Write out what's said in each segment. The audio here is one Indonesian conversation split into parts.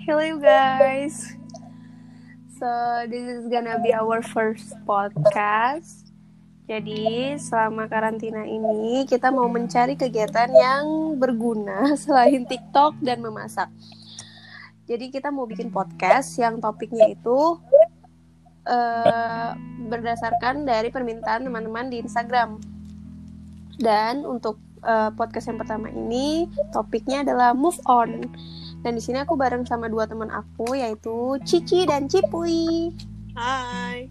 Hello you guys. So this is gonna be our first podcast. Jadi selama karantina ini kita mau mencari kegiatan yang berguna selain TikTok dan memasak. Jadi kita mau bikin podcast yang topiknya itu berdasarkan dari permintaan teman-teman di Instagram. Dan untuk podcast yang pertama ini topiknya adalah move on. Dan di sini aku bareng sama dua teman aku, yaitu Cici dan Cipuy. Hai.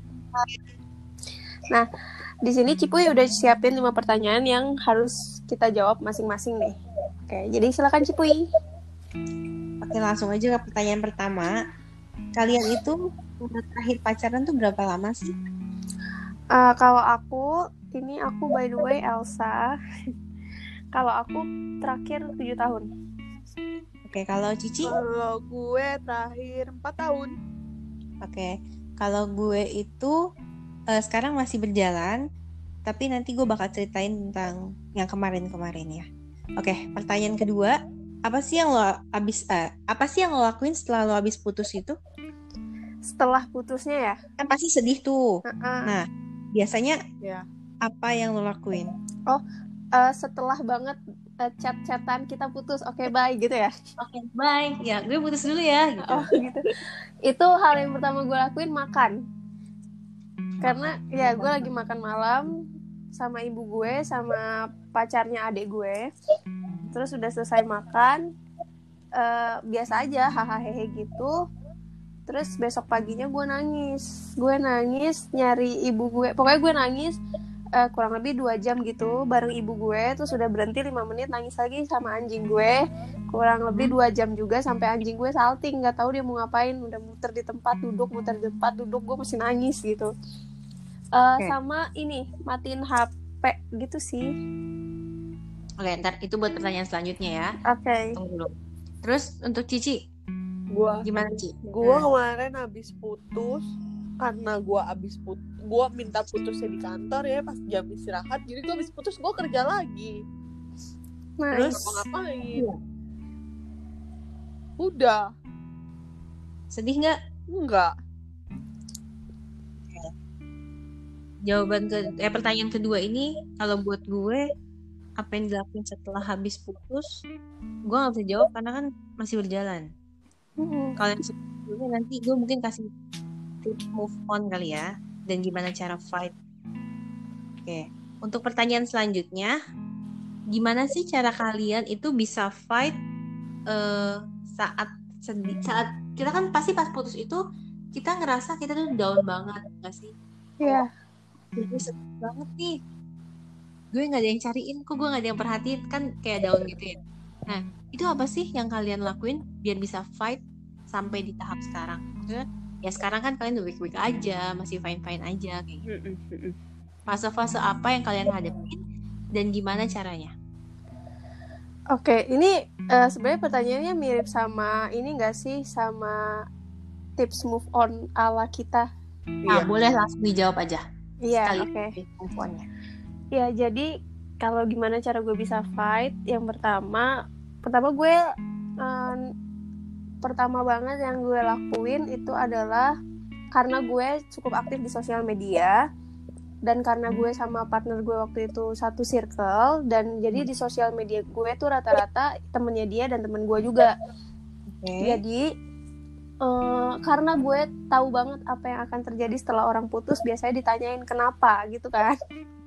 Nah, di sini Cipuy udah siapin 5 pertanyaan yang harus kita jawab masing-masing nih. Oke, jadi silakan Cipuy. Oke, langsung aja ke pertanyaan pertama. Kalian itu terakhir pacaran tuh berapa lama sih? Kalau aku by the way Elsa. Kalau aku terakhir 7 tahun. Oke, kalau Cici? Kalau gue terakhir 4 tahun. Oke, kalau gue itu sekarang masih berjalan, tapi nanti gue bakal ceritain tentang yang kemarin-kemarin ya. Oke, pertanyaan kedua, apa sih yang lo lakuin setelah lo habis putus itu? Setelah putusnya ya? Kan pasti sedih tuh. Nah, biasanya apa yang lo lakuin? Setelah banget chat-chatan kita putus, oke, bye gitu ya. Oke, bye. Ya, gue putus dulu ya gitu. Oh, gitu. Itu hal yang pertama gue lakuin, makan. Karena ya gue lagi makan malam sama ibu gue sama pacarnya adik gue. Terus udah selesai makan, biasa aja hahaha gitu. Terus besok paginya gue nangis nyari ibu gue. Pokoknya gue nangis kurang lebih 2 jam gitu bareng ibu gue. Terus udah berhenti 5 menit, nangis lagi sama anjing gue kurang lebih 2 jam juga, sampai anjing gue salting, gak tahu dia mau ngapain, udah muter di tempat duduk, gue masih nangis gitu. Sama ini matiin HP gitu sih. Oke, ntar itu buat pertanyaan selanjutnya ya. Oke. Tunggu dulu. Terus untuk Cici, gimana Ci? Gue kemarin habis putus, karena gue minta putusnya di kantor ya pas jam istirahat, jadi gue habis putus gue kerja lagi. Terus mau ngapain? Udah. Sedih nggak? Enggak. Jawaban pertanyaan kedua ini, kalau buat gue, apa yang dilakuin setelah habis putus, gue nggak bisa jawab karena kan masih berjalan. Kalau yang sebelumnya nanti gue mungkin kasih tips move on kali ya, dan gimana cara fight. Oke, untuk pertanyaan selanjutnya, gimana sih cara kalian itu bisa fight saat sedih? Saat kita kan pasti pas putus itu kita ngerasa kita tuh down banget, nggak sih? Iya. Gue sedih banget nih, gue nggak ada yang cariin, kok gue nggak ada yang perhatiin, kan kayak down gitu ya. Nah, itu apa sih yang kalian lakuin biar bisa fight sampai di tahap sekarang? Maksudnya ya sekarang kan kalian udah baik-baik aja, masih fine-fine aja kayak gitu. Fase-fase apa yang kalian hadapin dan gimana caranya? Oke, ini sebenarnya pertanyaannya mirip sama ini nggak sih, sama tips move on ala kita? Nah, boleh langsung dijawab aja. Iya, oke. Move on-nya. Ya, jadi kalau gimana cara gue bisa fight, yang pertama gue pertama banget yang gue lakuin itu adalah karena gue cukup aktif di sosial media, dan karena gue sama partner gue waktu itu satu circle, dan jadi di sosial media gue tuh rata-rata temennya dia dan temen gue juga. Jadi karena gue tahu banget apa yang akan terjadi setelah orang putus, biasanya ditanyain kenapa gitu kan.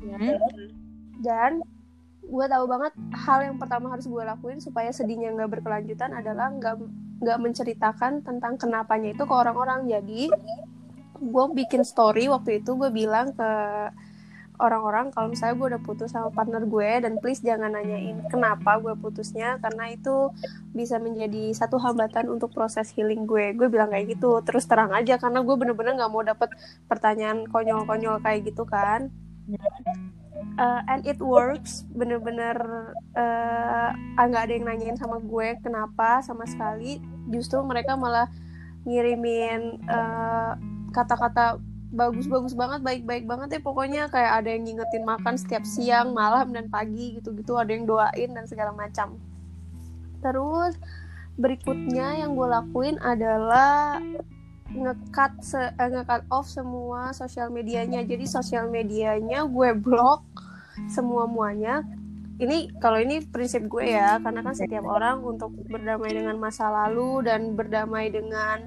Dan gue tahu banget hal yang pertama harus gue lakuin supaya sedihnya nggak berkelanjutan adalah nggak menceritakan tentang kenapanya itu ke orang-orang. Jadi gue bikin story waktu itu, gue bilang ke orang-orang kalau misalnya gue udah putus sama partner gue, dan please jangan nanyain kenapa gue putusnya, karena itu bisa menjadi satu hambatan untuk proses healing gue bilang kayak gitu, terus terang aja, karena gue bener-bener nggak mau dapet pertanyaan konyol-konyol kayak gitu kan. And it works, bener-bener nggak ada yang nanyain sama gue kenapa sama sekali, justru mereka malah ngirimin kata-kata bagus-bagus banget, baik-baik banget ya pokoknya, kayak ada yang ngingetin makan setiap siang, malam, dan pagi gitu-gitu, ada yang doain dan segala macam. Terus berikutnya yang gue lakuin adalah nge-cut off semua sosial medianya. Jadi sosial medianya gue blok semua-muanya. Ini kalau ini prinsip gue ya, karena kan setiap orang untuk berdamai dengan masa lalu dan berdamai dengan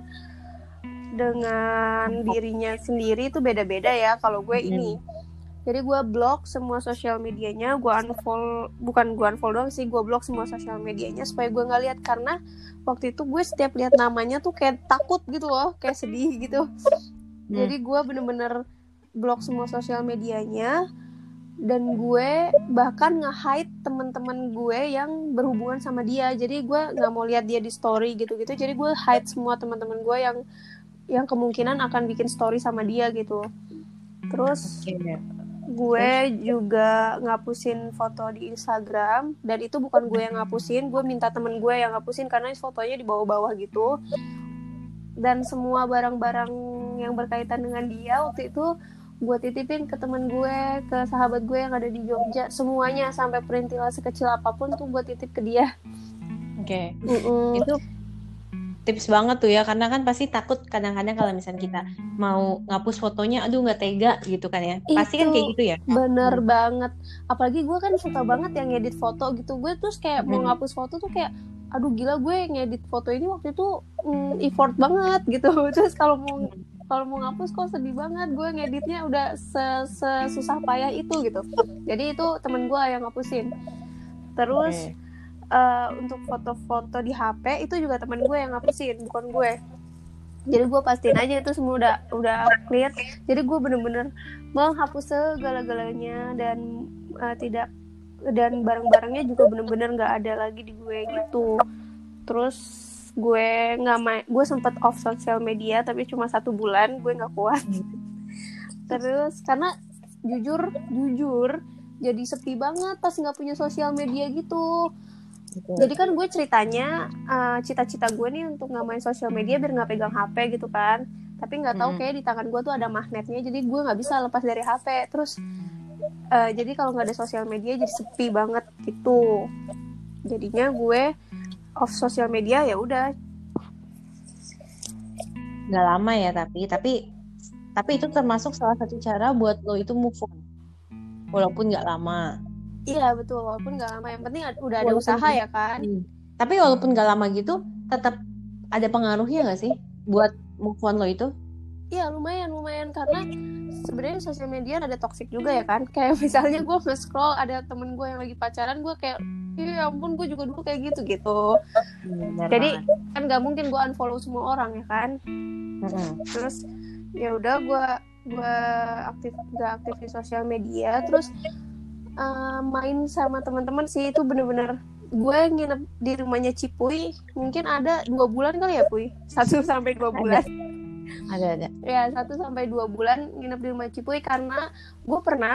dirinya sendiri itu beda-beda ya. Kalau gue ini, jadi gue blok semua sosial medianya, gue unfollow, bukan gue unfollow doang sih, gue blok semua sosial medianya supaya gue nggak lihat, karena waktu itu gue setiap lihat namanya tuh kayak takut gitu loh, kayak sedih gitu. Jadi gue bener-bener blok semua sosial medianya. Dan gue bahkan nge-hide teman-teman gue yang berhubungan sama dia. Jadi gue nggak mau lihat dia di story gitu-gitu. Jadi gue hide semua teman-teman gue yang kemungkinan akan bikin story sama dia gitu. Terus gue juga ngapusin foto di Instagram. Dan itu bukan gue yang ngapusin, gue minta temen gue yang ngapusin karena fotonya di bawah-bawah gitu. Dan semua barang-barang yang berkaitan dengan dia waktu itu gue titipin ke temen gue, ke sahabat gue yang ada di Jogja, semuanya sampai perintilan sekecil apapun tuh gue titip ke dia. Oke. Itu tips banget tuh ya, karena kan pasti takut kadang-kadang kalau misalnya kita mau ngapus fotonya, aduh nggak tega gitu kan ya. Pasti kan kayak gitu ya. Bener banget. Apalagi gue kan suka banget yang ngedit foto gitu. Gue terus kayak mau ngapus foto tuh kayak, aduh gila gue ngedit foto ini waktu itu effort banget gitu. Terus kalau mau ngapus kok sedih banget, gue ngeditnya udah sesusah payah itu gitu. Jadi itu temen gue yang ngapusin. Terus untuk foto-foto di HP itu juga temen gue yang ngapusin, bukan gue. Jadi gue pastiin aja itu semua udah clear. Jadi gue bener-bener menghapus segala-galanya dan dan barang-barangnya juga bener-bener nggak ada lagi di gue gitu. Terus gue sempet off sosial media tapi cuma 1 bulan, gue nggak kuat. Terus karena jujur jadi sepi banget pas nggak punya sosial media gitu. Jadi kan gue ceritanya cita-cita gue nih untuk nggak main sosial media biar nggak pegang HP gitu kan. Tapi nggak tahu kayak di tangan gue tuh ada magnetnya, jadi gue nggak bisa lepas dari HP. Terus jadi kalau nggak ada sosial media jadi sepi banget gitu. Jadinya gue off sosial media ya udah. Nggak lama ya tapi itu termasuk salah satu cara buat lo itu move on walaupun nggak lama. Iya betul, walaupun nggak lama, yang penting udah ada usaha ya kan. Tapi walaupun nggak lama gitu tetap ada pengaruhnya nggak sih buat move on lo itu? Iya lumayan karena sebenarnya sosial media ada toxic juga ya kan. Kayak misalnya gue nge-scroll ada temen gue yang lagi pacaran, gue kayak ya ampun gue juga dulu kayak gitu. Jadi kan nggak mungkin gue unfollow semua orang ya kan. Terus ya udah gue nggak aktif di sosial media. Terus main sama teman-teman sih, itu bener-bener gue nginep di rumahnya Cipuy mungkin ada 2 bulan kali ya Puy, 1-2 bulan. Ada. Ya 1-2 bulan nginep di rumah Cipuy karena gue pernah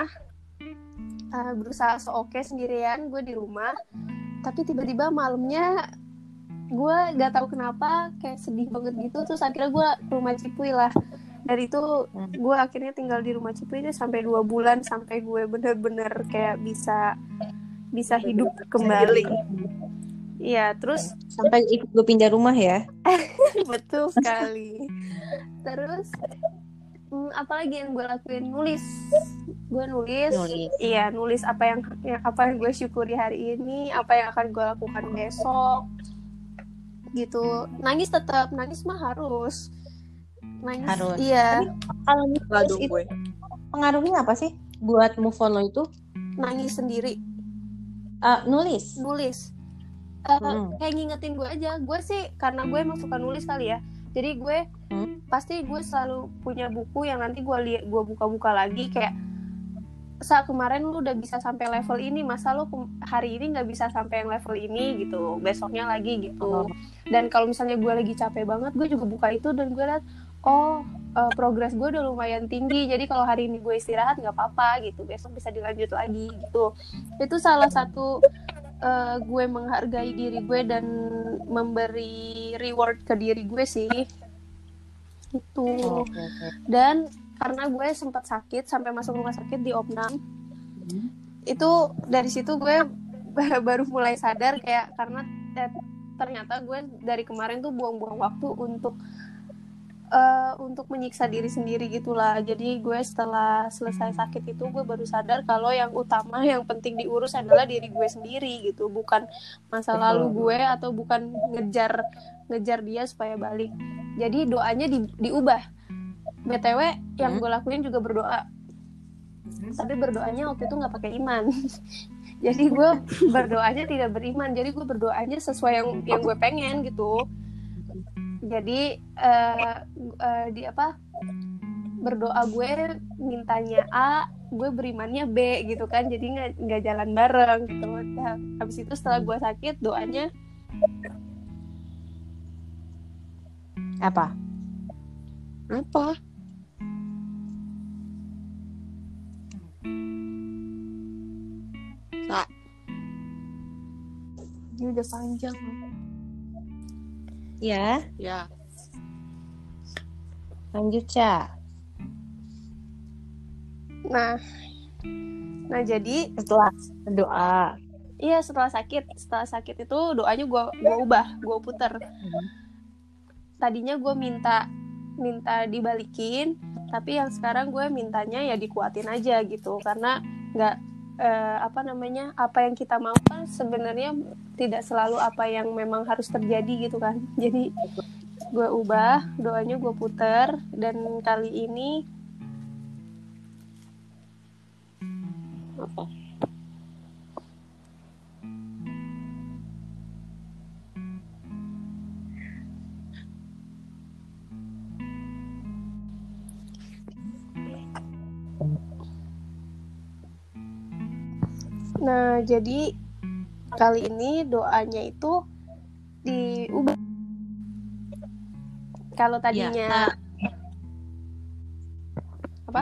berusaha se-oke sendirian gue di rumah, tapi tiba-tiba malamnya gue nggak tahu kenapa kayak sedih banget gitu. Terus akhirnya gue ke rumah Cipuy lah. Dari itu gue akhirnya tinggal di rumah Cipuy itu sampai 2 bulan, sampai gue bener-bener kayak bisa hidup kembali. Iya, terus sampai ikut gue pindah rumah ya. Betul sekali. Terus apalagi yang gue lakuin, nulis. Gue nulis. Iya, nulis apa yang gue syukuri hari ini, apa yang akan gue lakukan besok gitu. Nangis mah harus. Iya. Kalau nulis itu pengaruhnya apa sih buat move on lo itu? Nangis sendiri. Nulis. Kayak ngingetin gue aja. Gue sih karena gue emang suka nulis kali ya. Jadi gue pasti gue selalu punya buku yang nanti gue buka-buka lagi kayak saat kemarin lu udah bisa sampai level ini, masa lu hari ini nggak bisa sampai yang level ini gitu, besoknya lagi gitu. Dan kalau misalnya gue lagi capek banget, gue juga buka itu dan gue lihat progres gue udah lumayan tinggi, jadi kalau hari ini gue istirahat nggak apa-apa gitu, besok bisa dilanjut lagi gitu. Itu salah satu gue menghargai diri gue dan memberi reward ke diri gue sih itu. Dan karena gue sempat sakit sampai masuk rumah sakit di opnam, itu dari situ gue baru mulai sadar kayak karena ternyata gue dari kemarin tuh buang-buang waktu untuk menyiksa diri sendiri gitulah. Jadi gue setelah selesai sakit itu gue baru sadar kalau yang utama, yang penting diurus adalah diri gue sendiri gitu, bukan masa lalu gue atau bukan ngejar dia supaya balik. Jadi doanya diubah. BTW yang gue lakuin juga berdoa, tapi berdoanya waktu itu nggak pakai iman. Jadi gue berdoanya tidak beriman, jadi gue berdoanya sesuai yang gue pengen gitu. Jadi berdoa gue mintanya A, gue berimannya B gitu kan, jadi nggak jalan bareng gitu. Nah, habis itu setelah gue sakit doanya apa? Ini udah panjang. Ya. Lanjut, Ca. Nah jadi Setelah doa. iya, setelah sakit itu doanya gue ubah, gue puter. Tadinya gue minta dibalikin, tapi yang sekarang gue mintanya ya dikuatin aja gitu, karena nggak apa yang kita mau kan sebenarnya tidak selalu apa yang memang harus terjadi gitu kan. Jadi gue ubah, doanya gue puter, dan kali ini apa? Nah, jadi kali ini doanya itu diubah. Kalau tadinya apa?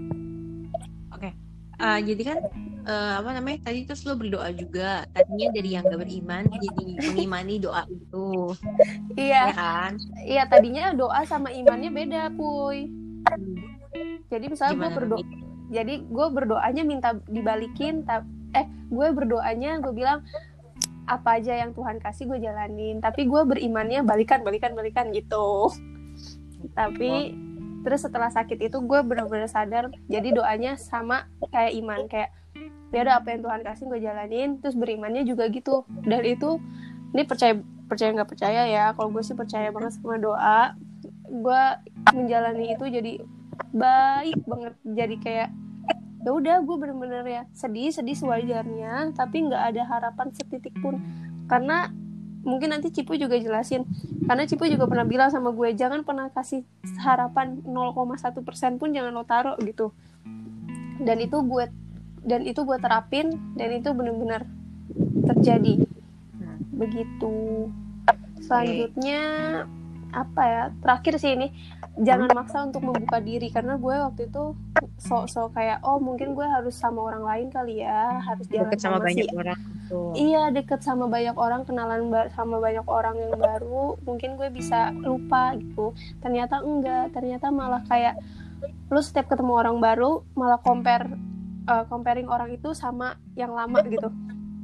Oke. Jadi kan tadi terus lo berdoa juga. Tadinya dari yang gak beriman jadi mengimani doa itu. Iya. Ya kan? Iya, tadinya doa sama imannya beda, Puy. Jadi misalnya gue berdoanya minta dibalikin, gue berdoanya gue bilang apa aja yang Tuhan kasih gue jalanin, tapi gue berimannya balikan gitu. Tapi terus setelah sakit itu gue benar-benar sadar, jadi doanya sama kayak iman, kayak ya udah apa yang Tuhan kasih gue jalanin, terus berimannya juga gitu. Dan itu ini percaya nggak percaya ya, kalau gue sih percaya banget sama doa. Gue menjalani itu jadi baik banget, jadi kayak ya udah gue bener-bener ya sedih sewajarnya, tapi nggak ada harapan setitik pun. Karena mungkin nanti Cipu juga jelasin, karena Cipu juga pernah bilang sama gue, jangan pernah kasih harapan 0,1% pun jangan lo taruh gitu. Dan itu gue terapin, dan itu benar-benar terjadi. Begitu. Selanjutnya apa ya, terakhir sih ini, jangan maksa untuk membuka diri. Karena gue waktu itu sok kayak mungkin gue harus sama orang lain kali ya, harus jalan deket sama banyak orang tuh. Iya, deket sama banyak orang, kenalan sama banyak orang yang baru, mungkin gue bisa lupa gitu. Ternyata enggak, ternyata malah kayak lu setiap ketemu orang baru malah comparing orang itu sama yang lama gitu.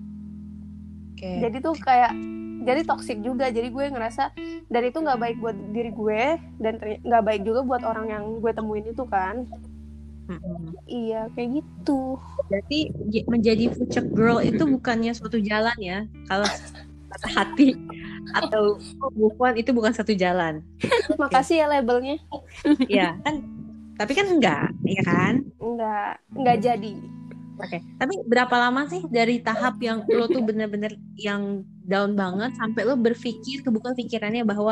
Jadi tuh kayak jadi toksik juga. Jadi gue ngerasa dan itu nggak baik buat diri gue, dan nggak baik juga buat orang yang gue temuin itu kan. Iya, kayak gitu. Berarti menjadi future girl itu bukannya suatu jalan ya, kalau patah hati atau move on itu bukan satu jalan. Makasih ya labelnya. Iya kan, tapi kan enggak, ya kan? Enggak jadi. Oke. Tapi berapa lama sih dari tahap yang lo tuh bener-bener yang down banget sampai lo berpikir, kebuka pikirannya bahwa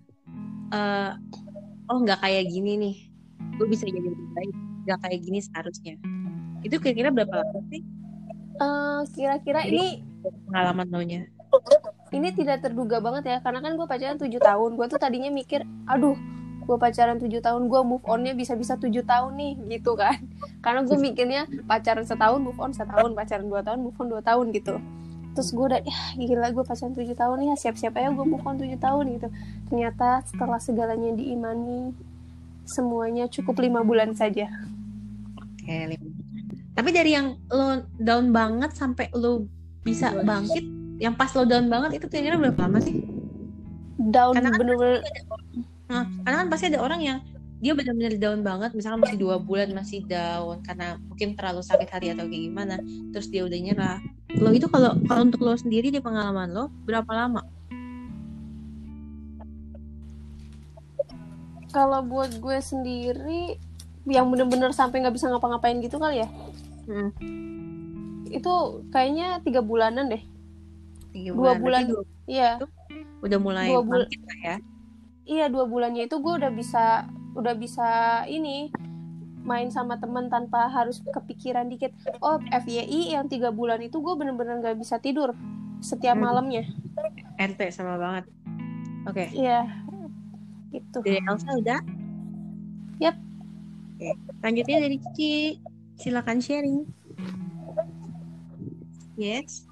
nggak kayak gini nih, gue bisa jadi lebih baik, nggak kayak gini seharusnya. Itu kira-kira berapa lama sih? Kira-kira jadi, ini pengalaman lo nya. Ini tidak terduga banget ya, karena kan gue pacaran 7 tahun. Gue tuh tadinya mikir, aduh, gue pacaran 7 tahun, gue move on-nya bisa-bisa 7 tahun nih, gitu kan. Karena gue mikirnya pacaran setahun, move on setahun, pacaran 2 tahun, move on 2 tahun gitu. Terus gue udah, gila, gue pacaran 7 tahun nih, siap-siap aja gue move on 7 tahun gitu. Ternyata setelah segalanya diimani, semuanya cukup 5 bulan saja. Oke, 5 bulan. Tapi dari yang lo down banget sampai lo bisa bangkit, yang pas lo down banget itu kira-kira berapa lama sih? Down Karena kan bener-bener. karena kan pasti ada orang yang dia benar-benar down banget, misalnya masih 2 bulan masih down karena mungkin terlalu sakit hati atau kayak gimana, terus dia udah nyerah. Lo itu kalau untuk lo sendiri di pengalaman lo berapa lama? Kalau buat gue sendiri yang bener-bener sampai nggak bisa ngapa-ngapain gitu kali ya, itu kayaknya 3 bulanan deh. 3 2 bulan. bulan. Iya. Udah mulai 2 bulan. bangkit lah ya. Iya, 2 bulannya itu gue udah bisa ini main sama teman tanpa harus kepikiran dikit. Oh, FYI yang 3 bulan itu gue bener-bener nggak bisa tidur setiap malamnya. RT sama banget. Oke. Iya. Itu. Dari Elsa udah? Yap. Oke. Lanjutnya dari Cici. Silakan sharing. Yes.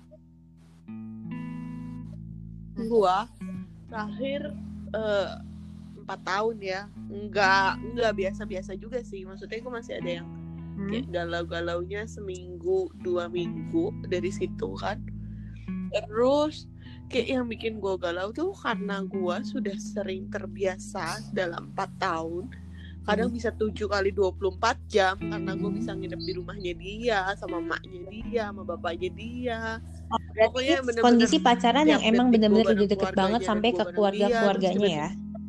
Gua terakhir 4 tahun ya, nggak biasa-biasa juga sih, maksudnya gue masih ada yang kayak galau-galaunya seminggu 2 minggu dari situ kan. Terus kayak yang bikin gue galau tuh karena gue sudah sering terbiasa dalam 4 tahun kadang bisa 7 kali 24 jam karena gue bisa nginep di rumahnya dia, sama maknya dia, sama bapaknya dia. Pokoknya bener-bener kondisi pacaran yang emang benar-benar udah deket banget sampai ke keluarganya ya.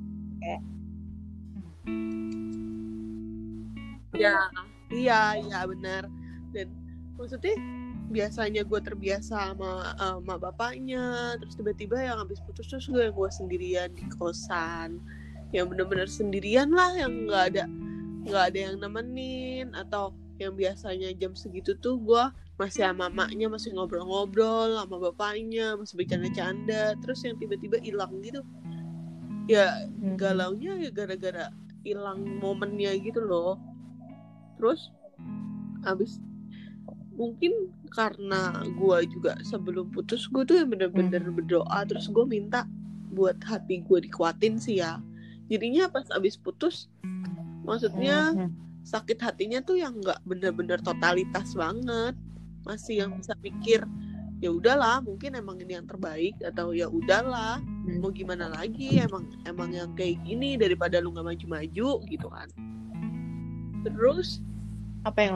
Iya benar. Dan maksudnya biasanya gue terbiasa sama bapaknya, terus tiba-tiba yang habis putus terus gue sendirian di kosan, yang benar-benar sendirian lah, yang nggak ada yang nemenin, atau yang biasanya jam segitu tuh gue masih sama maknya, masih ngobrol-ngobrol, sama bapaknya masih bercanda-canda, terus yang tiba-tiba hilang gitu ya. Galaunya ya gara-gara hilang momennya gitu loh. Terus abis mungkin karena gue juga sebelum putus gue tuh bener-bener berdoa, terus gue minta buat hati gue dikuatin sih ya. Jadinya pas abis putus, maksudnya sakit hatinya tuh yang nggak bener-bener totalitas banget, masih yang bisa pikir ya udahlah, mungkin emang ini yang terbaik, atau ya udahlah mau gimana lagi, emang yang kayak gini daripada lu nggak maju-maju gitu kan. Terus apa yang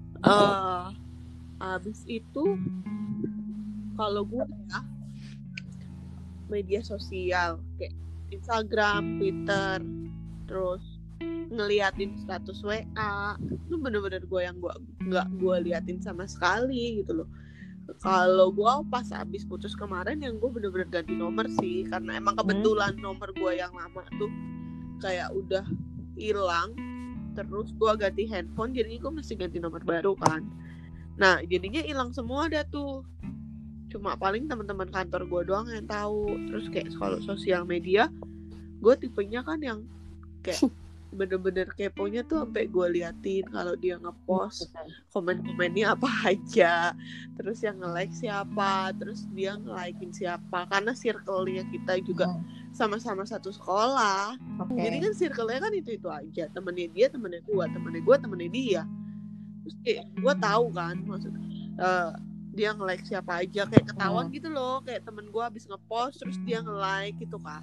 abis itu kalau gue ya media sosial kayak Instagram, Twitter, terus ngeliatin status WA, itu bener-bener nggak gue liatin sama sekali gitu loh. Kalau gue pas abis putus kemarin, yang gue bener-bener ganti nomor sih, karena emang kebetulan nomor gue yang lama tuh kayak udah hilang, terus gue ganti handphone, jadi gue mesti ganti nomor baru kan. Nah jadinya hilang semua dah tuh, cuma paling teman-teman kantor gue doang yang tahu. Terus kayak kalau sosial media, gue tipenya kan yang kayak bener-bener keponya tuh sampai gue liatin kalau dia ngepost komen-komennya apa aja, terus yang nge-like siapa, terus dia nge-likein siapa, karena circle-nya kita juga sama-sama satu sekolah. Jadi kan circle-nya kan itu aja, temennya dia, temennya gue, temennya dia. Terus kayak gue tahu kan maksudnya dia nge-like siapa aja, kayak ketahuan gitu loh, kayak temen gue habis nge-post terus dia nge-like gitu kan.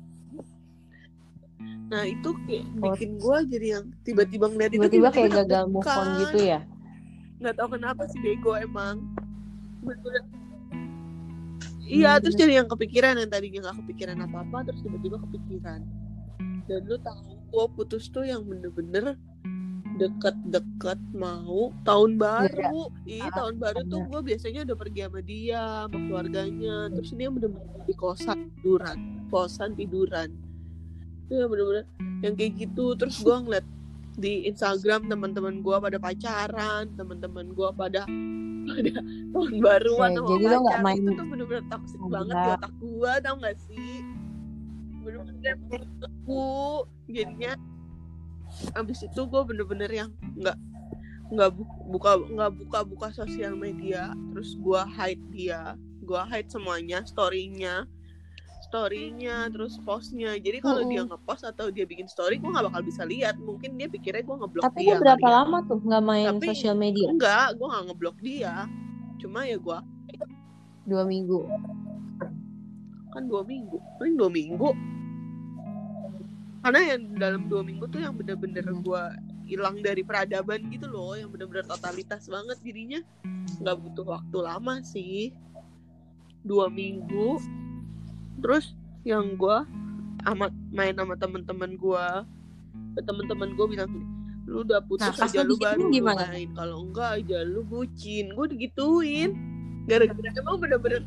Nah itu kayak bikin gue jadi yang tiba-tiba ngeliat itu tiba-tiba kayak gagal move on gitu ya. Nggak tahu kenapa sih, bego emang. Betul. Iya, terus jadi yang kepikiran, yang tadinya nggak kepikiran apa-apa terus tiba-tiba kepikiran. Dan lu tahu gue putus tuh yang bener-bener deket-deket mau tahun baru. Tahun baru tuh gue biasanya udah pergi sama dia, sama keluarganya. Terus dia bener-bener di kosan tiduran. Ya bener-bener yang kayak gitu. Terus gue ngeliat di Instagram teman-teman gue pada pacaran, teman-teman gue pada tahun baruan sama jadi pacar. Main... Itu tuh bener-bener toxic banget di otak gue, tau gak sih? Bener-bener aku jadinya abis itu gue bener-bener yang nggak buka sosial media. Terus gue hide dia, gue hide semuanya, story-nya, terus postnya. Jadi kalau dia ngepost atau dia bikin story, gue nggak bakal bisa lihat. Mungkin dia pikirnya gue ngeblok dia. Tapi berapa lama tuh nggak main sosial media? Enggak, gue nggak ngeblok dia. Cuma ya gue 2 minggu. Kan 2 minggu. Paling 2 minggu. Karena yang dalam 2 minggu tuh yang bener-bener gue hilang dari peradaban gitu loh, yang bener-bener totalitas banget, jadinya nggak butuh waktu lama sih, 2 minggu. Terus yang gue main sama temen-temen gue bilang, lu udah putus aja lu baru main, kalau enggak aja lu bucin. Gue digituin gara-gara emang bener-bener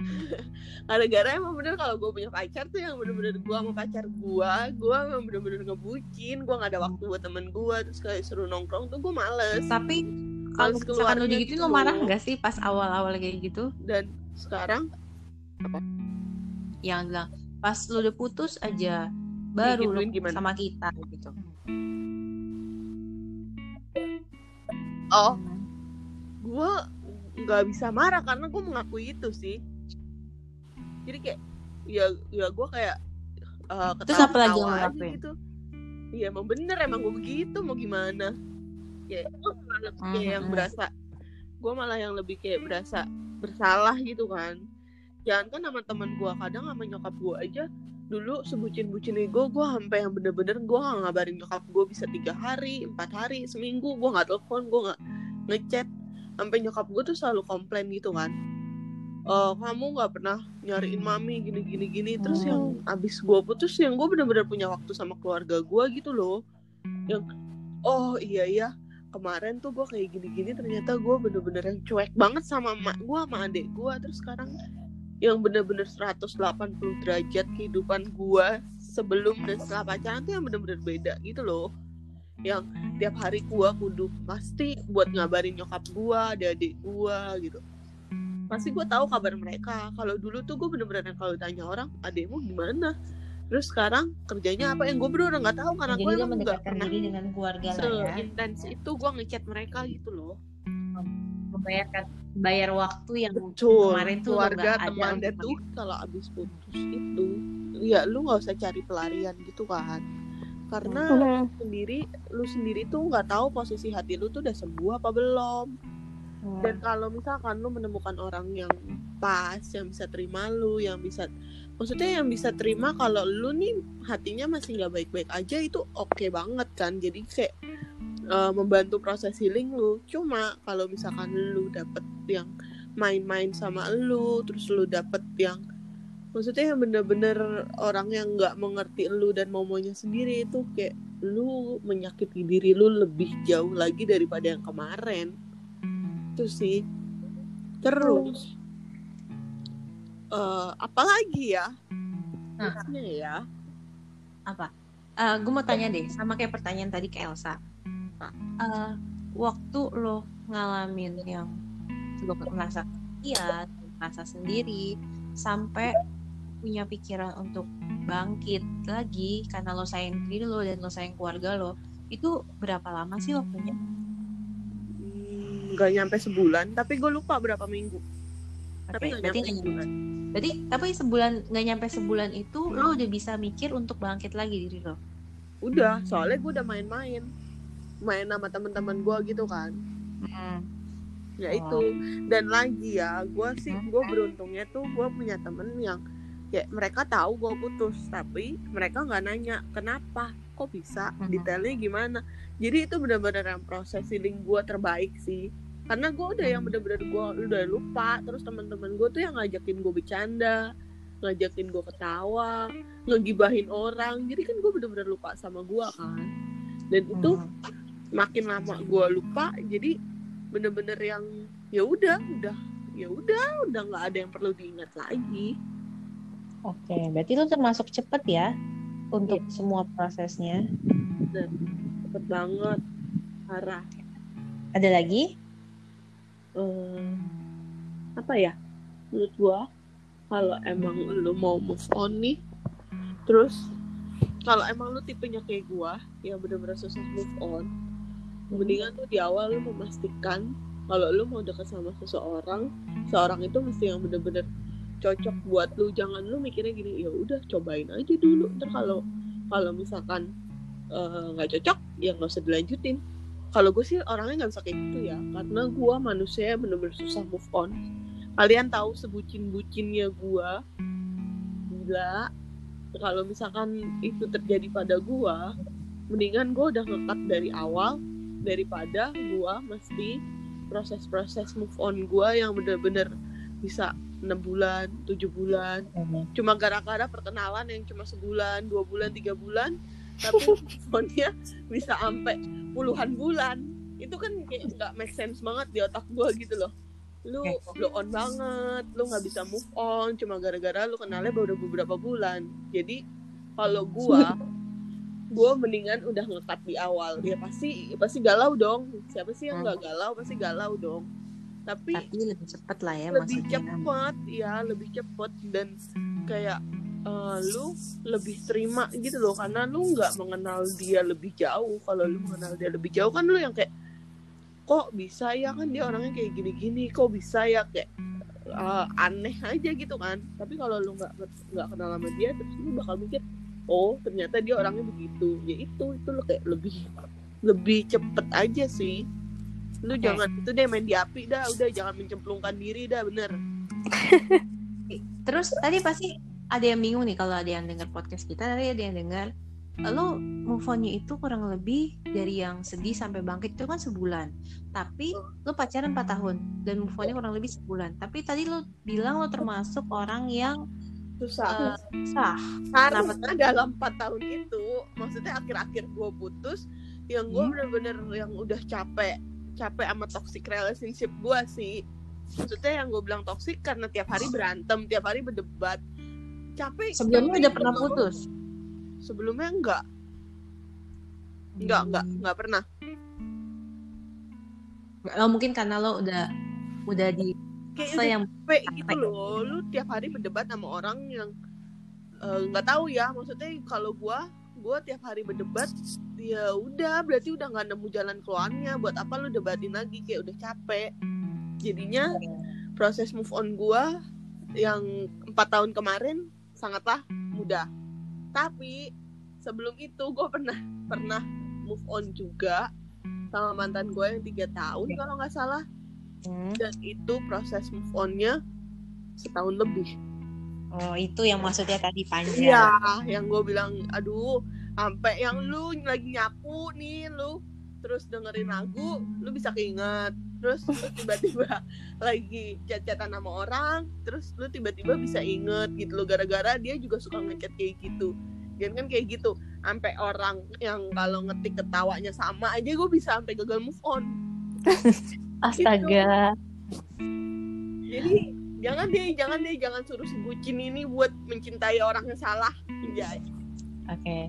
kalau gue punya pacar tuh yang bener-bener gue sama pacar gue emang bener-bener ngebucin. Gue nggak ada waktu buat temen gue, terus kayak suruh nongkrong tuh gue males. Tapi kalau misalkan lu digituin lo marah nggak sih pas awal-awal kayak gitu? Dan sekarang apa? Yang bilang pas lu udah putus aja baru lu sama kita gitu. Oh, gue nggak bisa marah karena gue mengakui itu sih. Jadi kayak ya gue kayak terus apa lagi yang aja gitu. Iya emang bener, emang gue begitu, mau gimana? Ya gue malah lebih kayak yang berasa, gue malah yang lebih kayak berasa bersalah gitu kan. Jangan kan sama teman gue, kadang sama nyokap gue aja dulu sebucin-bucinnya gue sampai yang bener-bener gue nggak ngabarin nyokap gue bisa 3 hari, 4 hari, seminggu gue nggak telepon, gue nggak ngechat. Sampai nyokap gue tuh selalu komplain gitu kan, kamu nggak pernah nyariin mami gini. Terus yang abis gue putus, yang gue bener-bener punya waktu sama keluarga gue gitu loh, yang oh iya kemarin tuh gue kayak gini, ternyata gue bener-bener yang cuek banget sama emak gue sama adik gue. Terus sekarang yang bener-bener 180 derajat kehidupan gue sebelum dan setelah pacaran tuh yang bener-bener beda gitu loh. Yang tiap hari gue kudu pasti buat ngabarin nyokap gue, adik gue gitu, pasti gue tahu kabar mereka. Kalau dulu tuh gue bener-bener kalau tanya orang, adekmu gimana, terus sekarang kerjanya apa, yang gue bener-bener nggak tahu karena gue emang nggak pernah diri dengan keluarga lah ya. Seintens itu gue ngechat mereka gitu loh. Bayar waktu yang betul, kemarin tuh keluarga teman. Dan tuh kalau abis putus itu ya lu nggak usah cari pelarian gitu kan, karena lu sendiri tuh nggak tahu posisi hati lu tuh udah sembuh apa belum. Dan kalau misalkan lu menemukan orang yang pas, yang bisa terima lu, yang bisa terima kalau lu nih hatinya masih nggak baik-baik aja, itu oke banget kan. Jadi kayak membantu proses healing lu. Cuma kalau misalkan lu dapet yang main-main sama lu, terus lu dapet yang maksudnya yang bener-bener orang yang nggak mengerti lu dan maunya sendiri, itu kayak lu menyakiti diri lu lebih jauh lagi daripada yang kemarin. Itu sih. Terus apalagi ya? Ya apa? Gue mau tanya deh, sama kayak pertanyaan tadi ke Elsa. Waktu lo ngalamin yang lo merasa merasa sendiri, sampai punya pikiran untuk bangkit lagi karena lo sayang diri lo dan lo sayang keluarga lo, itu berapa lama sih waktunya? Nggak nyampe sebulan, tapi gue lupa berapa minggu. Tapi nggak nyampe sebulan. Berarti tapi sebulan, nggak nyampe sebulan itu lo udah bisa mikir untuk bangkit lagi diri lo? Udah, soalnya gue udah main sama teman-teman gue gitu kan. Ya itu. Dan lagi ya, gue beruntungnya tuh gue punya temen yang kayak mereka tahu gue putus, tapi mereka nggak nanya kenapa, kok bisa, detailnya gimana. Jadi itu benar-benar yang proses healing gue terbaik sih, karena gue udah yang benar-benar gue udah lupa. Terus teman-teman gue tuh yang ngajakin gue bercanda, ngajakin gue ketawa, ngegibahin orang. Jadi kan gue benar-benar lupa sama gue kan. Dan itu makin lama gue lupa, jadi benar-benar yang ya udah nggak ada yang perlu diingat lagi. Oke, berarti lu termasuk cepet ya untuk semua prosesnya. Dan cepet banget, parah. Ada lagi? Apa ya? Menurut gua, kalau emang lu mau move on nih, terus kalau emang lu tipenya kayak gua, yang bener-bener susah move on, mendingan tuh di awal lu memastikan kalau lu mau deket sama seseorang itu mesti yang bener-bener cocok buat lu. Jangan lu mikirnya gini, ya udah cobain aja dulu, ntar kalau misalkan nggak cocok ya nggak usah dilanjutin. Kalau gue sih orangnya nggak bisa kayak gitu ya, karena gue manusia bener-bener susah move on. Kalian tahu sebucin-bucinnya gue, gila. Kalau misalkan itu terjadi pada gue, mendingan gue udah ngekat dari awal daripada gue mesti proses-proses move on gue yang bener-bener bisa 6 bulan, 7 bulan, cuma gara-gara perkenalan yang cuma sebulan, 2 bulan, 3 bulan, tapi move on-nya bisa sampai puluhan bulan. Itu kan kayak gak make sense banget di otak gue gitu loh. Lu blow on banget, lu gak bisa move on cuma gara-gara lu kenalnya baru beberapa bulan. Jadi kalau gue mendingan udah ngekat di awal. Ya pasti galau dong. Siapa sih yang gak galau? Pasti galau dong. Tapi lebih cepet lah ya, lebih maksudnya. cepet ya, lebih cepet. Dan kayak lu lebih terima gitu loh, karena lu nggak mengenal dia lebih jauh. Kalau lu mengenal dia lebih jauh kan lu yang kayak, kok bisa ya, kan dia orangnya kayak gini-gini, kok bisa ya, kayak aneh aja gitu kan. Tapi kalau lu nggak kenal sama dia, terus lu bakal mikir, oh ternyata dia orangnya begitu. Ya itu lo kayak lebih cepet aja sih. Lu jangan itu deh, main di api dah, udah jangan mencemplungkan diri dah, bener. Terus tadi pasti ada yang bingung nih, kalau ada yang dengar podcast kita, tadi ada yang dengar lo move on-nya itu kurang lebih dari yang sedih sampai bangkit itu kan sebulan, tapi lo pacaran 4 tahun dan move on-nya kurang lebih sebulan. Tapi tadi lo bilang lo termasuk orang yang susah. Karena dalam 4 tahun itu, maksudnya akhir-akhir gue putus, yang gue bener-bener yang udah capek sama toxic relationship gue sih. Maksudnya yang gue bilang toxic karena tiap hari berantem, tiap hari berdebat, capek. Sebelumnya udah pernah putus? Sebelumnya enggak pernah. Lo mungkin karena lo udah di kayak yang capek gitu loh. Lu tiap hari berdebat sama orang yang nggak tahu ya. Maksudnya kalau gue tiap hari berdebat, ya udah berarti udah nggak nemu jalan keluarnya. Buat apa lu debatin lagi, kayak udah capek. Jadinya proses move on gue yang 4 tahun kemarin sangatlah mudah. Tapi sebelum itu gue pernah move on juga sama mantan gue yang 3 tahun kalau nggak salah. Dan itu proses move on-nya setahun lebih. Oh, itu yang maksudnya tadi panjang. Iya, yang gue bilang, aduh, sampai yang lu lagi nyapu nih, lu terus dengerin lagu, lu bisa keinget. Terus tiba-tiba lagi chat-chatan sama orang, terus lu tiba-tiba bisa inget gitu loh, gara-gara dia juga suka ngechat kayak gitu. Dan kan kayak gitu, sampai orang yang kalau ngetik ketawanya sama aja gue bisa sampai gagal move on. Astaga. Gitu. Jadi jangan suruh si bucin ini buat mencintai orang yang salah. Oke.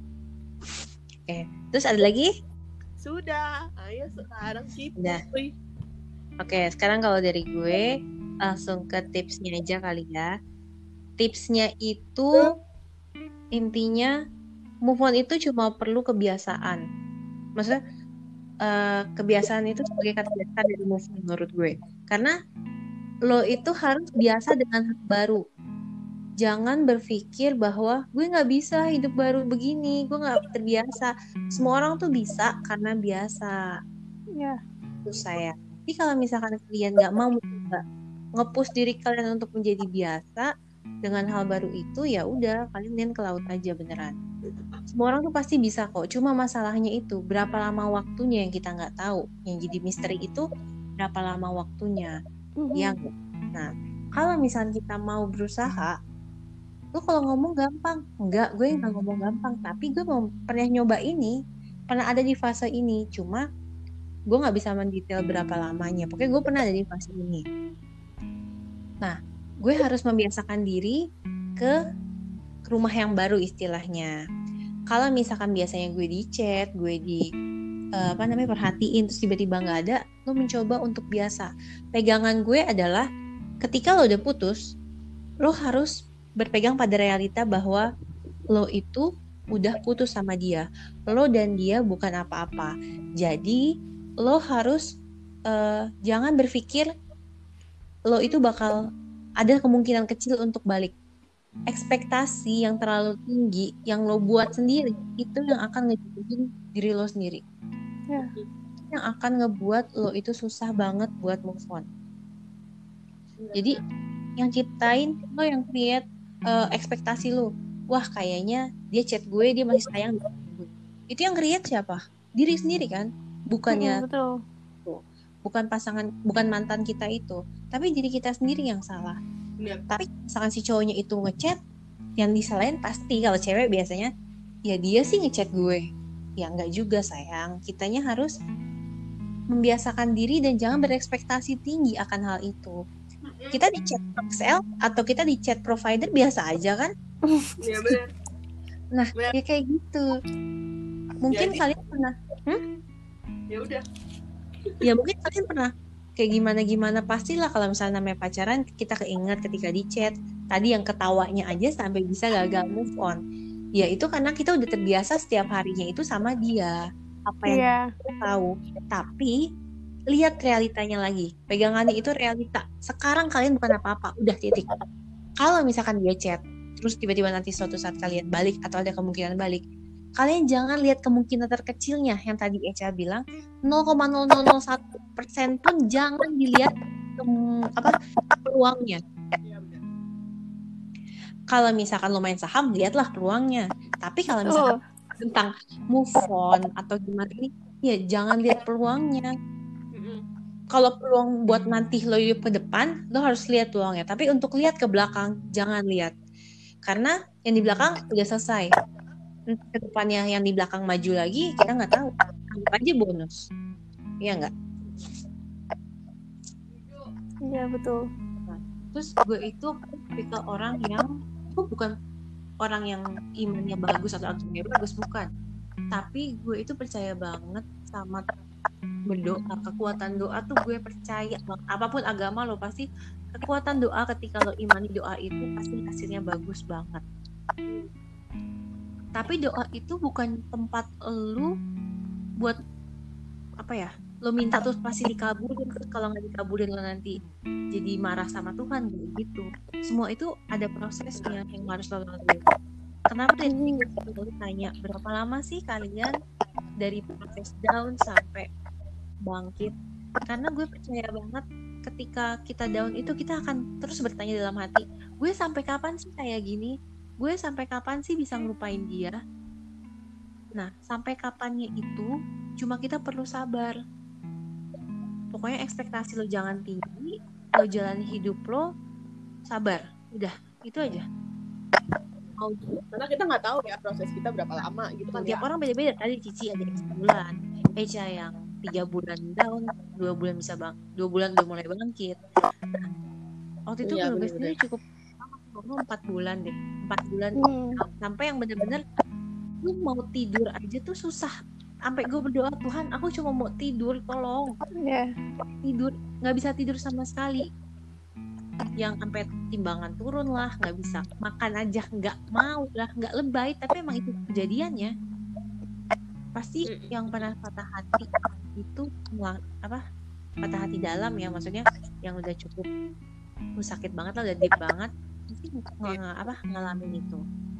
Terus ada lagi? Sudah, ayo sekarang kita. Oke, sekarang kalau dari gue langsung ke tipsnya aja kali ya. Tipsnya itu intinya move on itu cuma perlu kebiasaan. Maksudnya kebiasaan itu sebagai kata dasar dari move on menurut gue. Karena lo itu harus biasa dengan hal baru. Jangan berpikir bahwa gue gak bisa hidup baru begini, gue gak terbiasa. Semua orang tuh bisa karena biasa. Ya. Terus saya. Tapi kalau misalkan kalian gak mau mencoba nge-push diri kalian untuk menjadi biasa dengan hal baru itu, ya udah kalian ke laut aja beneran. Semua orang tuh pasti bisa kok. Cuma masalahnya itu berapa lama waktunya yang kita nggak tahu. Yang jadi misteri itu berapa lama waktunya. Yang nah kalau misalnya kita mau berusaha, lu kalau ngomong gampang, enggak, gue nggak ngomong gampang, tapi gue pernah nyoba ini, pernah ada di fase ini, cuma gue nggak bisa mendetail berapa lamanya. Pokoknya gue pernah ada di fase ini. Nah, gue harus membiasakan diri ke rumah yang baru istilahnya. Kalau misalkan biasanya gue di chat, gue di perhatiin, terus tiba-tiba nggak ada, lo mencoba untuk biasa. Pegangan gue adalah ketika lo udah putus, lo harus berpegang pada realita bahwa lo itu udah putus sama dia. Lo dan dia bukan apa-apa. Jadi lo harus jangan berpikir lo itu bakal ada kemungkinan kecil untuk balik. Ekspektasi yang terlalu tinggi yang lo buat sendiri itu yang akan ngejatuhin diri lo sendiri. Yang akan ngebuat lo itu susah banget buat move on. Jadi yang ciptain lo, yang create ekspektasi lo. Wah, kayaknya dia chat gue, dia masih sayang dengan gue. Itu yang create siapa? Diri sendiri kan? Bukannya Betul. bukan pasangan, bukan mantan kita itu, tapi diri kita sendiri yang salah. Tapi misalkan si cowoknya itu ngechat, yang disalahin pasti kalau cewek biasanya, ya dia sih ngechat gue. Ya enggak juga sayang, kitanya harus membiasakan diri dan jangan berekspektasi tinggi akan hal itu. Kita di chat XL atau kita di chat provider biasa aja kan? Iya benar. Nah, ya kayak gitu. Mungkin Jadi, kalian pernah ya udah. ya mungkin kalian pernah kayak gimana pastilah kalau misalnya namanya pacaran kita keinget ketika di chat tadi yang ketawanya aja sampai bisa gagal move on. Ya itu karena kita udah terbiasa setiap harinya itu sama dia, apa yang kita tahu. Tapi lihat realitanya lagi, pegangannya itu realita. Sekarang kalian bukan apa-apa, udah titik. Kalau misalkan dia chat terus tiba-tiba nanti suatu saat kalian balik atau ada kemungkinan balik, kalian jangan lihat kemungkinan terkecilnya yang tadi Eca bilang 0,0001% pun jangan dilihat peluangnya. Kalau misalkan lo main saham, lihatlah peluangnya. Tapi kalau misalkan tentang move on atau gimana ini, ya jangan lihat peluangnya. Kalau peluang buat nanti lo hidup ke depan, lo harus lihat peluangnya. Tapi untuk lihat ke belakang, jangan lihat. Karena yang di belakang udah selesai. Ke depannya yang di belakang maju lagi, kita nggak tahu. Anggap aja bonus. Iya nggak? Iya betul. Nah, terus gue itu tipikal orang yang bukan orang yang imannya bagus atau agamanya bagus, bukan. Tapi gue itu percaya banget sama berdoa, kekuatan doa tuh gue percaya banget. Apapun agama lo pasti kekuatan doa, ketika lo imani doa itu pasti hasilnya bagus banget. Tapi doa itu bukan tempat lo buat apa ya, lo minta terus pasti dikabulin, terus kalau nggak dikabulin lo nanti jadi marah sama Tuhan gitu. Semua itu ada prosesnya yang harus lo lalui. Kenapa tadi gue tanya berapa lama sih kalian dari proses down sampai bangkit? Karena gue percaya banget ketika kita down itu kita akan terus bertanya dalam hati, gue sampai kapan sih kayak gini? Gue sampai kapan sih bisa ngelupain dia? Nah, sampai kapannya itu cuma kita perlu sabar. Pokoknya ekspektasi lo jangan tinggi, lo jalani hidup lo sabar. Udah, itu aja. Karena kita nggak tahu ya proses kita berapa lama gitu kan. Tiap orang beda-beda. Tadi Cici ada yang sebulan, Eca yang 3 bulan down, 2 bulan bisa 2 bulan udah mulai bangkit. Waktu itu gue sendiri cukup 4 bulan deh, 4 bulan sampai yang benar-benar gue mau tidur aja tuh susah. Sampai gue berdoa, Tuhan aku cuma mau tidur, tolong. Tidur, nggak bisa tidur sama sekali. Yang sampai timbangan turun lah, nggak bisa makan aja, nggak mau lah, nggak lebay, tapi emang itu kejadiannya. Pasti yang pernah patah hati itu patah hati dalam ya, maksudnya yang udah cukup sakit banget lah, udah deep banget, pasti ngalamin itu.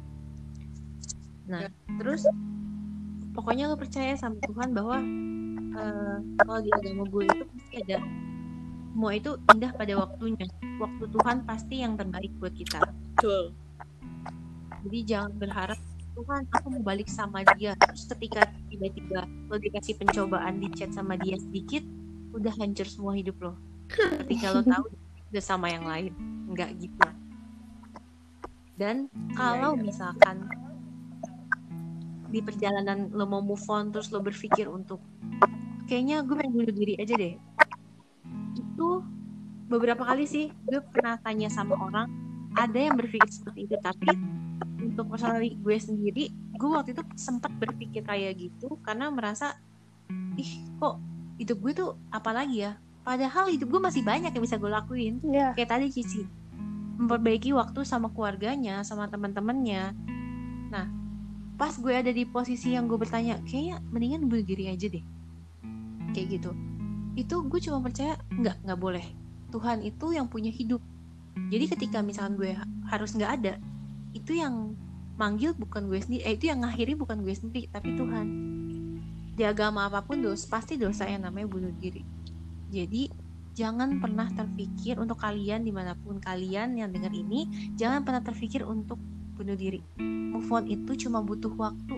Nah terus pokoknya lo percaya sama Tuhan bahwa kalau di agama gue itu pasti ada, semua itu indah pada waktunya. Waktu Tuhan pasti yang terbaik buat kita. Betul. Jadi jangan berharap Tuhan aku mau balik sama dia, terus ketika tiba-tiba lo dikasih pencobaan di chat sama dia sedikit, udah hancur semua hidup lo. Ketika lo tahu udah sama yang lain, nggak gitu. Dan kalau misalkan di perjalanan lo mau move on, terus lo berpikir untuk kayaknya gue pengen bunuh diri aja deh, itu beberapa kali sih gue pernah tanya sama orang, ada yang berpikir seperti itu. Tapi untuk masalah gue sendiri, gue waktu itu sempat berpikir kayak gitu karena merasa kok hidup gue tuh apalagi ya, padahal hidup gue masih banyak yang bisa gue lakuin. Kayak tadi Cici memperbaiki waktu sama keluarganya, sama teman-temannya. Nah pas gue ada di posisi yang gue bertanya, kayaknya mendingan bunuh diri aja deh, kayak gitu. Itu gue cuma percaya nggak boleh. Tuhan itu yang punya hidup. Jadi ketika misalkan gue harus nggak ada, itu yang manggil bukan gue sendiri, itu yang ngakhiri bukan gue sendiri, tapi Tuhan. Di agama apapun pasti dosa yang namanya bunuh diri. Jadi jangan pernah terpikir untuk kalian dimanapun kalian yang dengar ini, jangan pernah terpikir untuk bunuh diri. Move on itu cuma butuh waktu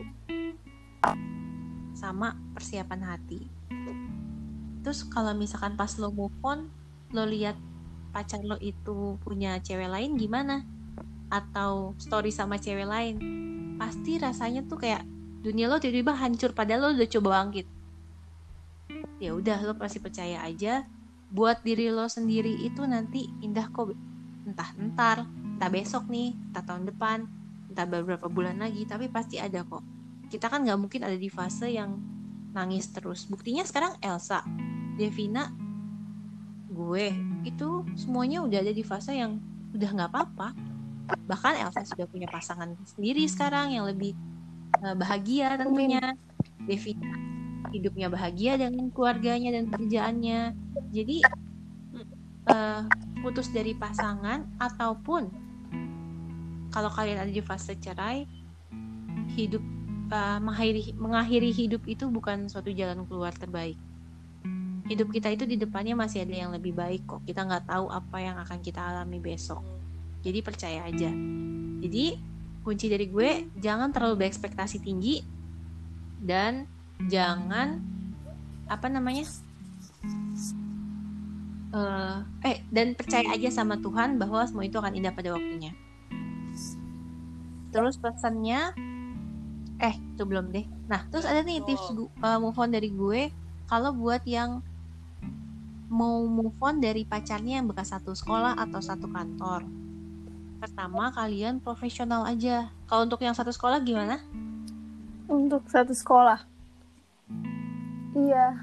sama persiapan hati. Terus kalau misalkan pas lo move on, lo lihat pacar lo itu punya cewek lain gimana? Atau story sama cewek lain, pasti rasanya tuh kayak dunia lo tiba-tiba hancur padahal lo udah coba bangkit. Ya udah, lo pasti percaya aja buat diri lo sendiri itu nanti indah kok. Entah besok nih, entah tahun depan, entah beberapa bulan lagi, tapi pasti ada kok. Kita kan nggak mungkin ada di fase yang nangis terus. Buktinya sekarang Elsa, Devina, gue itu semuanya udah ada di fase yang udah nggak apa-apa. Bahkan Elsa sudah punya pasangan sendiri sekarang yang lebih bahagia tentunya. Devina hidupnya bahagia dengan keluarganya dan kerjaannya. Jadi putus dari pasangan ataupun kalau kalian ada di fase cerai, hidup mengakhiri hidup itu bukan suatu jalan keluar terbaik. Hidup kita itu di depannya masih ada yang lebih baik kok. Kita nggak tahu apa yang akan kita alami besok. Jadi percaya aja. Jadi kunci dari gue, jangan terlalu berekspektasi tinggi dan jangan dan percaya aja sama Tuhan bahwa semua itu akan indah pada waktunya. Terus pesannya itu belum deh. Nah, terus ada nih tips move on dari gue kalau buat yang mau move on dari pacarnya yang bekas satu sekolah atau satu kantor. Pertama, kalian profesional aja. Kalau untuk yang satu sekolah gimana? Untuk satu sekolah, iya.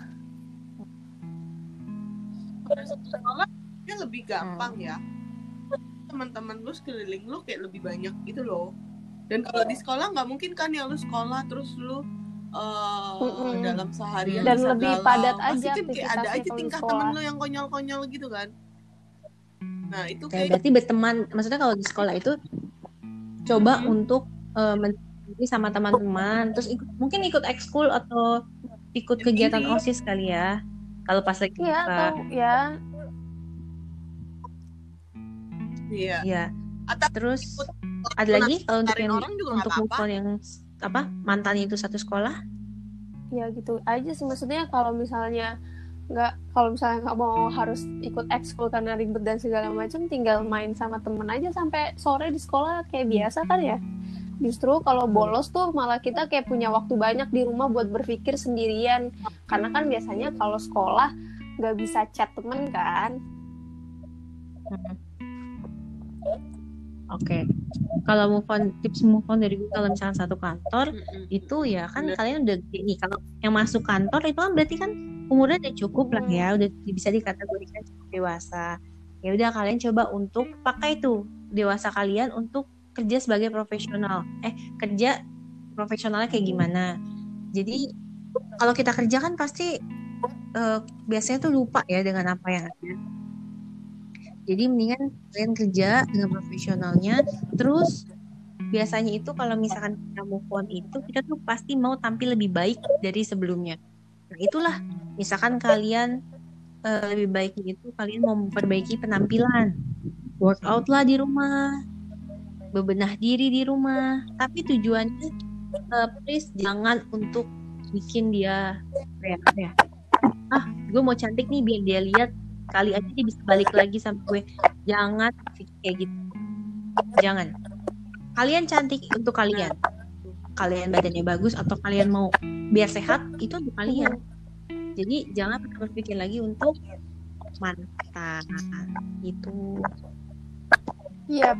Kalau satu sekolah ya lebih gampang ya. Teman-teman lu sekeliling lu kayak lebih banyak gitu loh. Dan kalau di sekolah nggak mungkin kan ya lu sekolah terus lu dalam seharian dan bisa lebih galau. padat Pasti aja kan kayak ada aja kalau tingkah sekolah. temen lu yang konyol-konyol gitu kan. Nah itu kayak Berarti berteman, maksudnya kalau di sekolah itu coba untuk menjadi sama teman-teman, terus mungkin ikut ekskul atau ikut kegiatan OSIS kali ya. Kalau pas lagi Iya, atau ya. Iya. Atau terus ada lagi kalau untuk yang untuk move on yang mantan itu satu sekolah? Ya gitu aja sih, maksudnya kalau misalnya nggak mau harus ikut ekskul karena ribet dan segala macam, tinggal main sama temen aja sampai sore di sekolah kayak biasa kan ya. Justru kalau bolos tuh malah kita kayak punya waktu banyak di rumah buat berpikir sendirian, karena kan biasanya kalau sekolah nggak bisa chat temen kan. Oke. Kalau tips move on dari gue, kalau misalnya satu kantor itu ya kan kalian udah nih, kalau yang masuk kantor itu kan berarti kan umurnya udah cukup lah ya, udah bisa dikategorikan cukup dewasa. Ya udah, kalian coba untuk pakai tuh dewasa kalian untuk kerja sebagai profesional. Kerja profesionalnya kayak gimana? Jadi kalau kita kerja kan pasti biasanya tuh lupa ya dengan apa yang ada. Jadi mendingan kalian kerja dengan profesionalnya. Terus biasanya itu kalau misalkan kita move on itu, kita tuh pasti mau tampil lebih baik dari sebelumnya. Nah itulah, misalkan kalian lebih baik itu, kalian mau memperbaiki penampilan, workout lah di rumah, bebenah diri di rumah. Tapi tujuannya please jangan untuk bikin dia gue mau cantik nih biar dia lihat, kali aja dia bisa balik lagi sama gue. Jangan kayak gitu. Jangan. Kalian cantik untuk kalian badannya bagus, atau kalian mau biar sehat, itu untuk kalian. Jadi jangan berpikir lagi untuk mantan itu. Iya.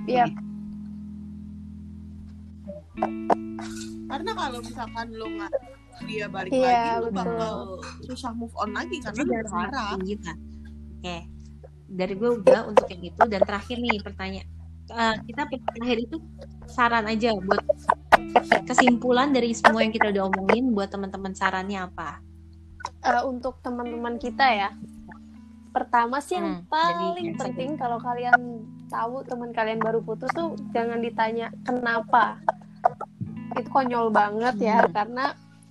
Karena kalau misalkan lo nggak dia balik lagi, lo bakal susah move on lagi karena lo berharap. Oke, dari gue udah untuk yang itu. Dan terakhir nih pertanyaan kita terakhir itu, saran aja buat kesimpulan dari semua yang kita udah omongin, buat teman-teman sarannya apa? Untuk teman-teman kita ya, pertama sih yang paling penting kalau kalian tahu teman kalian baru putus tuh jangan ditanya kenapa. Itu konyol banget ya, karena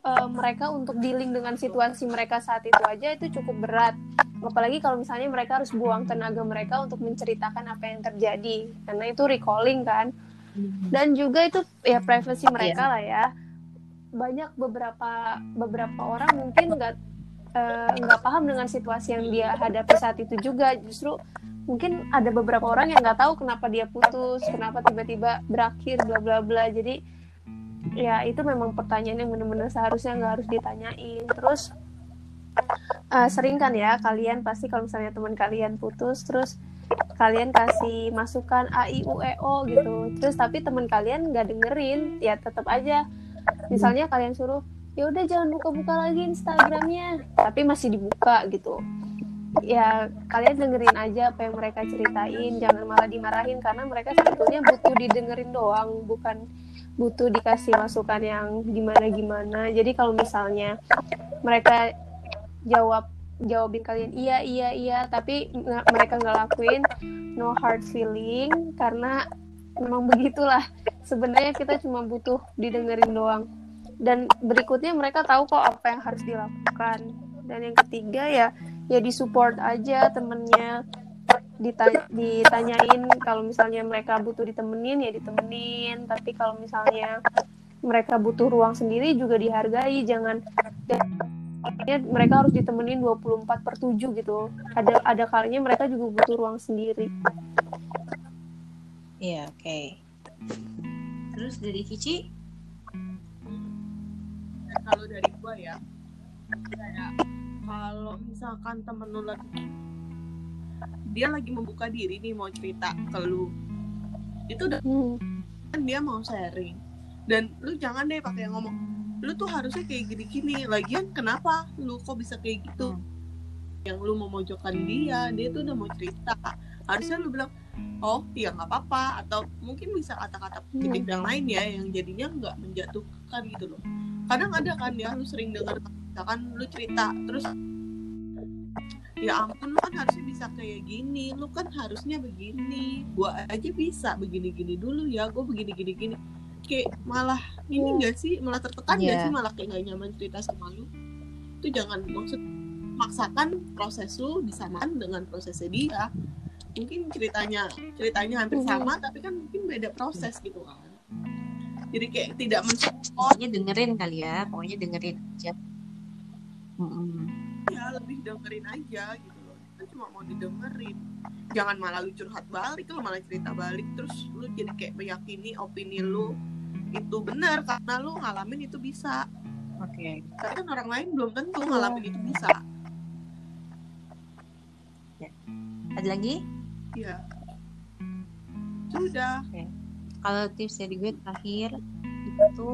mereka untuk dealing dengan situasi mereka saat itu aja itu cukup berat. Apalagi kalau misalnya mereka harus buang tenaga mereka untuk menceritakan apa yang terjadi, karena itu recalling kan. Dan juga itu ya privacy mereka lah ya. Banyak beberapa orang mungkin nggak paham dengan situasi yang dia hadapi saat itu juga. Justru mungkin ada beberapa orang yang nggak tahu kenapa dia putus, kenapa tiba-tiba berakhir, bla bla bla. Jadi ya itu memang pertanyaan yang benar-benar seharusnya nggak harus ditanyain. Terus sering kan ya kalian pasti kalau misalnya teman kalian putus, terus kalian kasih masukan A I U E O gitu, terus tapi teman kalian nggak dengerin, ya tetap aja. Misalnya kalian suruh, ya udah jangan buka-buka lagi Instagramnya, tapi masih dibuka gitu. Ya kalian dengerin aja apa yang mereka ceritain, jangan malah dimarahin, karena mereka sebetulnya butuh didengerin doang, bukan butuh dikasih masukan yang gimana-gimana. Jadi kalau misalnya mereka jawabin kalian iya tapi mereka nggak lakuin, no hard feeling, karena memang begitulah. Sebenarnya kita cuma butuh didengerin doang. Dan berikutnya mereka tahu kok apa yang harus dilakukan. Dan yang ketiga ya disupport aja temennya, ditanyain kalau misalnya mereka butuh ditemenin ya ditemenin, tapi kalau misalnya mereka butuh ruang sendiri juga dihargai. Jangan mereka harus ditemenin 24/7 gitu. Ada kalinya mereka juga butuh ruang sendiri. Iya, oke. Terus dari Cici? Kalau dari gua ya, kayak kalau misalkan temen lu dia lagi membuka diri nih mau cerita ke lu, itu udah kan dia mau sharing, dan lu jangan deh pakai ngomong lu tuh harusnya kayak gini-gini, lagian kenapa lu kok bisa kayak gitu. Yang lu memojokkan dia tuh udah mau cerita, harusnya lu bilang oh iya nggak apa-apa, atau mungkin bisa kata-kata positif yang lain ya yang jadinya nggak menjatuhkan gitu loh. Kadang ada kan ya, lu sering dengar misalkan lu cerita terus ya ampun, lu kan harusnya bisa kayak gini, lu kan harusnya begini, gua aja bisa begini-gini dulu ya, gua begini-gini kayak malah ini nggak sih, malah tertekan nggak sih, malah kayak nggak nyaman cerita sama lu. Itu jangan maksakan proses lu disamaan dengan prosesnya dia. Mungkin ceritanya hampir sama, tapi kan mungkin beda proses gitu kan. Jadi kayak tidak mensupport. Pokoknya dengerin kali ya, pokoknya dengerin aja. Ya lebih dengerin aja gitu loh. Kita cuma mau didengerin. Jangan malah lu curhat balik, lu malah cerita balik, terus lu jadi kayak meyakini opini lu itu benar karena lu ngalamin itu bisa. Oke. Tapi kan orang lain belum tentu ngalamin itu bisa. Ya. Ada lagi? Ya. Sudah. Oke. Kalau tips dari gue terakhir itu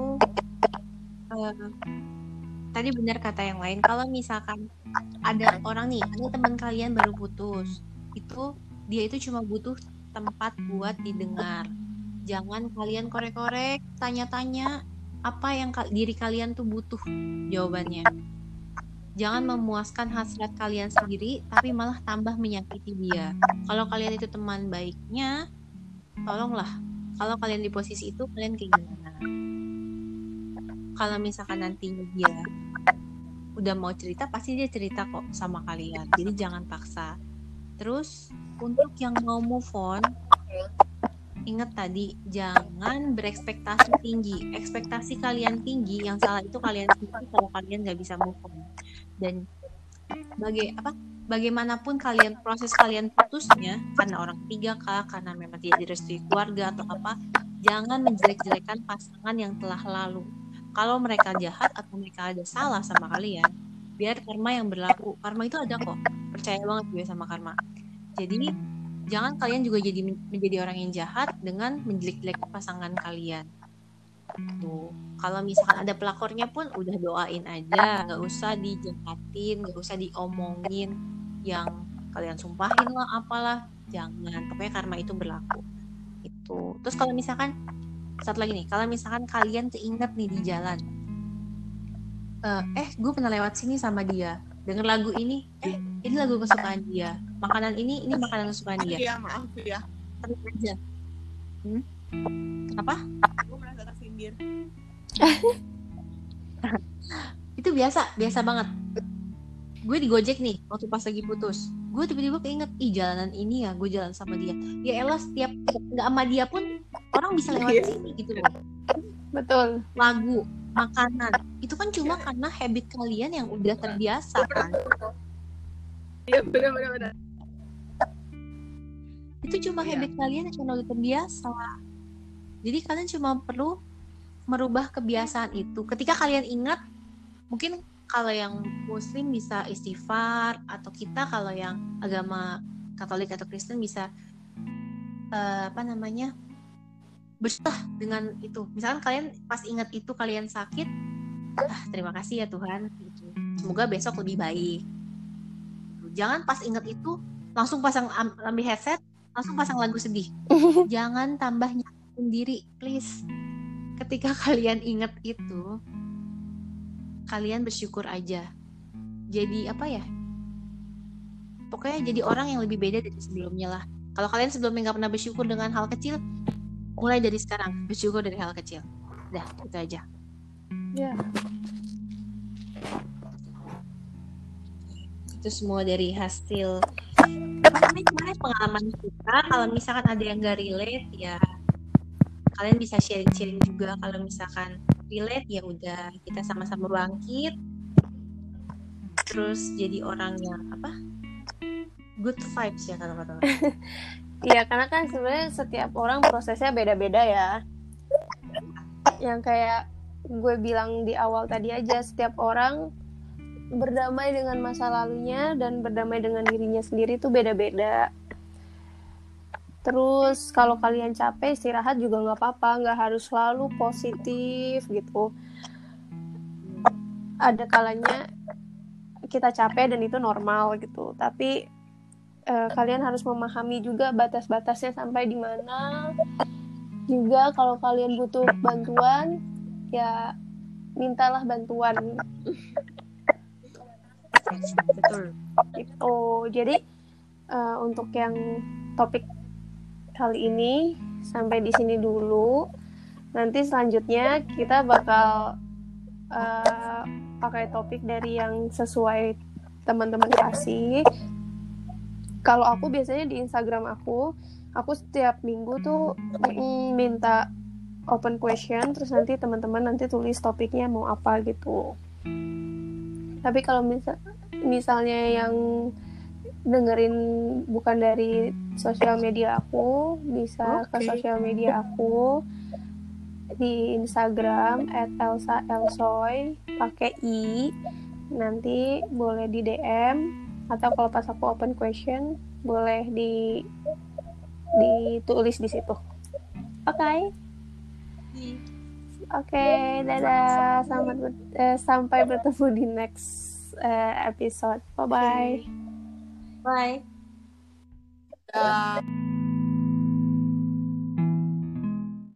tadi benar kata yang lain. Kalau misalkan ada orang nih, ada teman kalian baru putus, itu dia itu cuma butuh tempat buat didengar. Jangan kalian korek-korek, tanya-tanya apa yang diri kalian tuh butuh jawabannya. Jangan memuaskan hasrat kalian sendiri, tapi malah tambah menyakiti dia. Kalau kalian itu teman baiknya, tolonglah. Kalau kalian di posisi itu, kalian kayak gimana? Kalau misalkan nantinya dia udah mau cerita, pasti dia cerita kok sama kalian. Jadi jangan paksa. Terus untuk yang mau move on, ingat tadi, jangan berekspektasi tinggi. Ekspektasi kalian tinggi, yang salah itu kalian sendiri kalau kalian nggak bisa move on. Dan bagaimanapun kalian proses kalian putusnya, karena orang ketiga kah, karena memang tidak direstui keluarga atau apa, jangan menjelek-jelekan pasangan yang telah lalu. Kalau mereka jahat atau mereka ada salah sama kalian, biar karma yang berlaku. Karma itu ada kok, percaya banget gue sama karma. Jadi jangan kalian juga menjadi orang yang jahat dengan menjelek-jelek pasangan kalian. Tuh, kalau misalkan ada pelakornya pun udah doain aja, nggak usah dijahatin, nggak usah diomongin yang kalian sumpahin lah apalah, jangan. Pokoknya karma itu berlaku. Itu. Terus kalau misalkan satu lagi nih, kalau misalkan kalian keinget nih di jalan, gue pernah lewat sini sama dia, denger lagu ini, ini lagu kesukaan dia, makanan ini makanan kesukaan dia. Iya, maaf ya. Tenang aja. Apa? Gue merasa tersindir. Itu biasa banget. Gue di Gojek nih waktu pas lagi putus, gue tiba-tiba keinget, jalanan ini ya gue jalan sama dia, ya elah setiap nggak sama dia pun orang bisa lewat sini gitu loh. Betul. Lagu, makanan, itu kan cuma karena habit kalian yang udah terbiasa kan. Iya benar. Itu cuma habit kalian yang udah terbiasa. Jadi kalian cuma perlu merubah kebiasaan itu. Ketika kalian ingat, mungkin kalau yang Muslim bisa istighfar, atau kita kalau yang agama Katolik atau Kristen bisa bersyukur dengan itu. Misalkan kalian pas ingat itu kalian sakit, terima kasih ya Tuhan, gitu. Semoga besok lebih baik. Jangan pas ingat itu langsung ambil headset, langsung pasang lagu sedih. Jangan tambah nyakitin diri, please. Ketika kalian ingat itu, kalian bersyukur aja. Jadi apa ya? Pokoknya jadi orang yang lebih beda dari sebelumnya lah. Kalau kalian sebelumnya nggak pernah bersyukur dengan hal kecil, mulai dari sekarang bersyukur dari hal kecil. Dah, itu aja. Ya. Itu semua dari hasil pengalaman kita. Kalau misalkan ada yang nggak relate, ya kalian bisa sharing juga. Kalau misalkan relate, ya udah kita sama-sama bangkit, terus jadi orang yang good vibes ya kalau kata. Iya, karena kan sebenarnya setiap orang prosesnya beda-beda ya. Yang kayak gue bilang di awal tadi aja, setiap orang berdamai dengan masa lalunya dan berdamai dengan dirinya sendiri itu beda-beda. Terus kalau kalian capek, istirahat juga nggak apa-apa, nggak harus selalu positif gitu. Ada kalanya kita capek dan itu normal gitu, tapi kalian harus memahami juga batas-batasnya sampai di mana. Juga kalau kalian butuh bantuan, ya mintalah bantuan. Betul. Gitu. Jadi untuk yang topik kali ini sampai di sini dulu. Nanti selanjutnya kita bakal pakai topik dari yang sesuai teman-teman kasih. Kalau aku biasanya di Instagram aku setiap minggu tuh minta open question, terus nanti teman-teman nanti tulis topiknya mau apa gitu. Tapi kalau misalnya yang dengerin bukan dari sosial media aku, bisa ke sosial media aku di Instagram @elsaelsoy pakai i. Nanti boleh di DM, atau kalau pas aku open question boleh ditulis di situ. Oke. Dadah. Sampai bertemu di next episode. Bye. Bye.